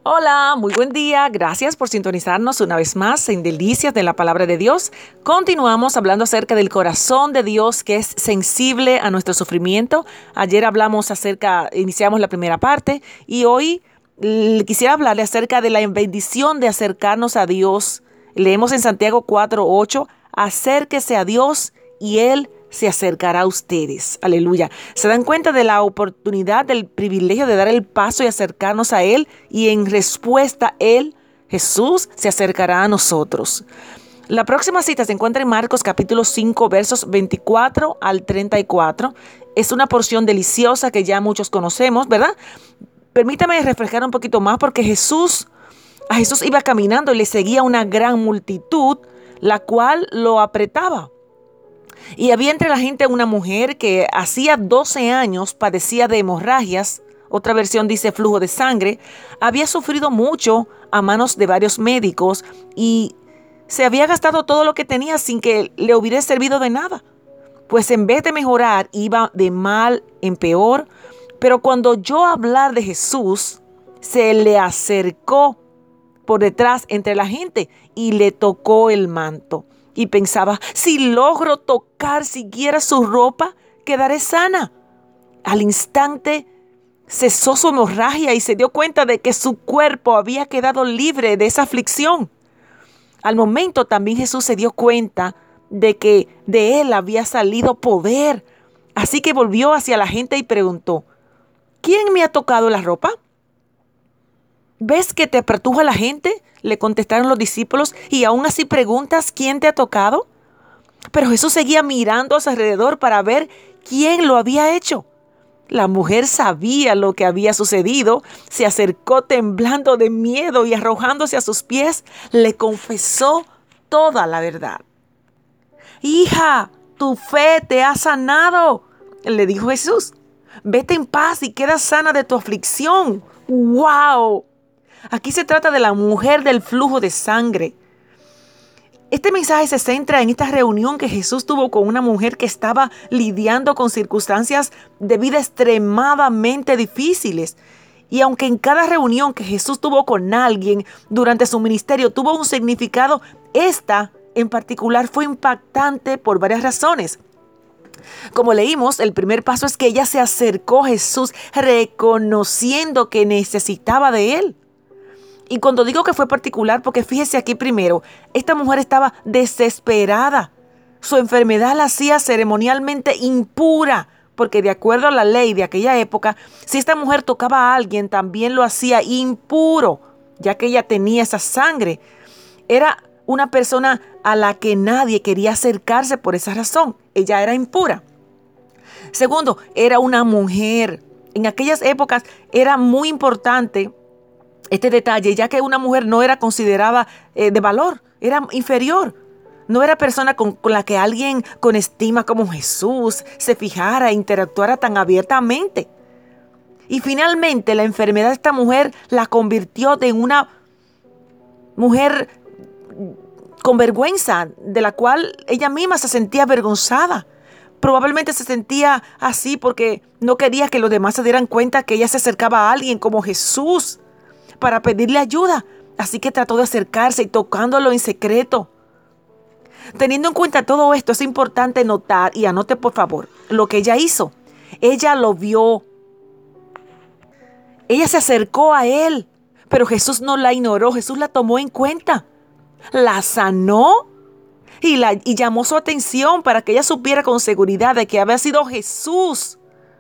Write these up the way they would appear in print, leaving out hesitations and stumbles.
Hola, muy buen día. Gracias por sintonizarnos una vez más en Delicias de la Palabra de Dios. Continuamos hablando acerca del corazón de Dios que es sensible a nuestro sufrimiento. Ayer iniciamos la primera parte y hoy quisiera hablarle acerca de la bendición de acercarnos a Dios. Leemos en Santiago 4:8, acérquese a Dios y Él se acercará a ustedes. Aleluya. ¿Se dan cuenta de la oportunidad, del privilegio de dar el paso y acercarnos a Él? Y en respuesta, Él, Jesús, se acercará a nosotros. La próxima cita se encuentra en Marcos capítulo 5, versos 24 al 34. Es una porción deliciosa que ya muchos conocemos, ¿verdad? Permítame refrescar un poquito más porque a Jesús iba caminando y le seguía una gran multitud, la cual lo apretaba. Y había entre la gente una mujer que hacía 12 años padecía de hemorragias, otra versión dice flujo de sangre, había sufrido mucho a manos de varios médicos y se había gastado todo lo que tenía sin que le hubiera servido de nada. Pues en vez de mejorar, iba de mal en peor. Pero cuando oyó hablar de Jesús, se le acercó por detrás entre la gente y le tocó el manto. Y pensaba, si logro tocar siquiera su ropa, quedaré sana. Al instante cesó su hemorragia y se dio cuenta de que su cuerpo había quedado libre de esa aflicción. Al momento también Jesús se dio cuenta de que de él había salido poder. Así que volvió hacia la gente y preguntó, ¿quién me ha tocado la ropa? ¿Ves que te apretuja la gente?, le contestaron los discípulos, y aún así preguntas quién te ha tocado. Pero Jesús seguía mirando a su alrededor para ver quién lo había hecho. La mujer sabía lo que había sucedido, se acercó temblando de miedo y arrojándose a sus pies, le confesó toda la verdad. Hija, tu fe te ha sanado, le dijo Jesús. Vete en paz y queda sana de tu aflicción. ¡Wow! Aquí se trata de la mujer del flujo de sangre. Este mensaje se centra en esta reunión que Jesús tuvo con una mujer que estaba lidiando con circunstancias de vida extremadamente difíciles. Y aunque en cada reunión que Jesús tuvo con alguien durante su ministerio tuvo un significado, esta en particular fue impactante por varias razones. Como leímos, el primer paso es que ella se acercó a Jesús reconociendo que necesitaba de él. Y cuando digo que fue particular, porque fíjese aquí primero, esta mujer estaba desesperada. Su enfermedad la hacía ceremonialmente impura, porque de acuerdo a la ley de aquella época, si esta mujer tocaba a alguien, también lo hacía impuro, ya que ella tenía esa sangre. Era una persona a la que nadie quería acercarse por esa razón. Ella era impura. Segundo, era una mujer. En aquellas épocas era muy importante este detalle, ya que una mujer no era considerada de valor, era inferior. No era persona con la que alguien con estima como Jesús se fijara e interactuara tan abiertamente. Y finalmente la enfermedad de esta mujer la convirtió en una mujer con vergüenza, de la cual ella misma se sentía avergonzada. Probablemente se sentía así porque no quería que los demás se dieran cuenta que ella se acercaba a alguien como Jesús para pedirle ayuda. Así que trató de acercarse y tocándolo en secreto. Teniendo en cuenta todo esto, es importante notar, y anote por favor, lo que ella hizo. Ella lo vio. Ella se acercó a él, pero Jesús no la ignoró. Jesús la tomó en cuenta. La sanó y llamó su atención para que ella supiera con seguridad de que había sido Jesús.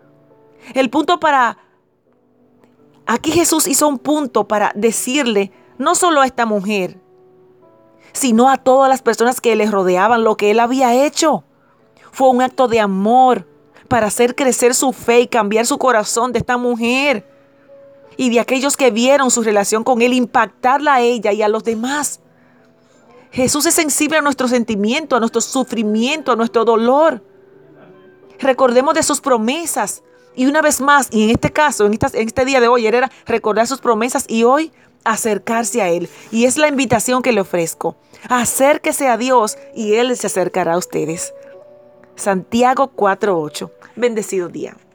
Aquí Jesús hizo un punto para decirle, no solo a esta mujer, sino a todas las personas que le rodeaban, lo que él había hecho. Fue un acto de amor para hacer crecer su fe y cambiar su corazón de esta mujer y de aquellos que vieron su relación con él, impactarla a ella y a los demás. Jesús es sensible a nuestro sentimiento, a nuestro sufrimiento, a nuestro dolor. Recordemos de sus promesas. Y una vez más, y en este caso, en este día de hoy, era recordar sus promesas y hoy acercarse a Él. Y es la invitación que le ofrezco. Acérquese a Dios y Él se acercará a ustedes. Santiago 4:8. Bendecido día.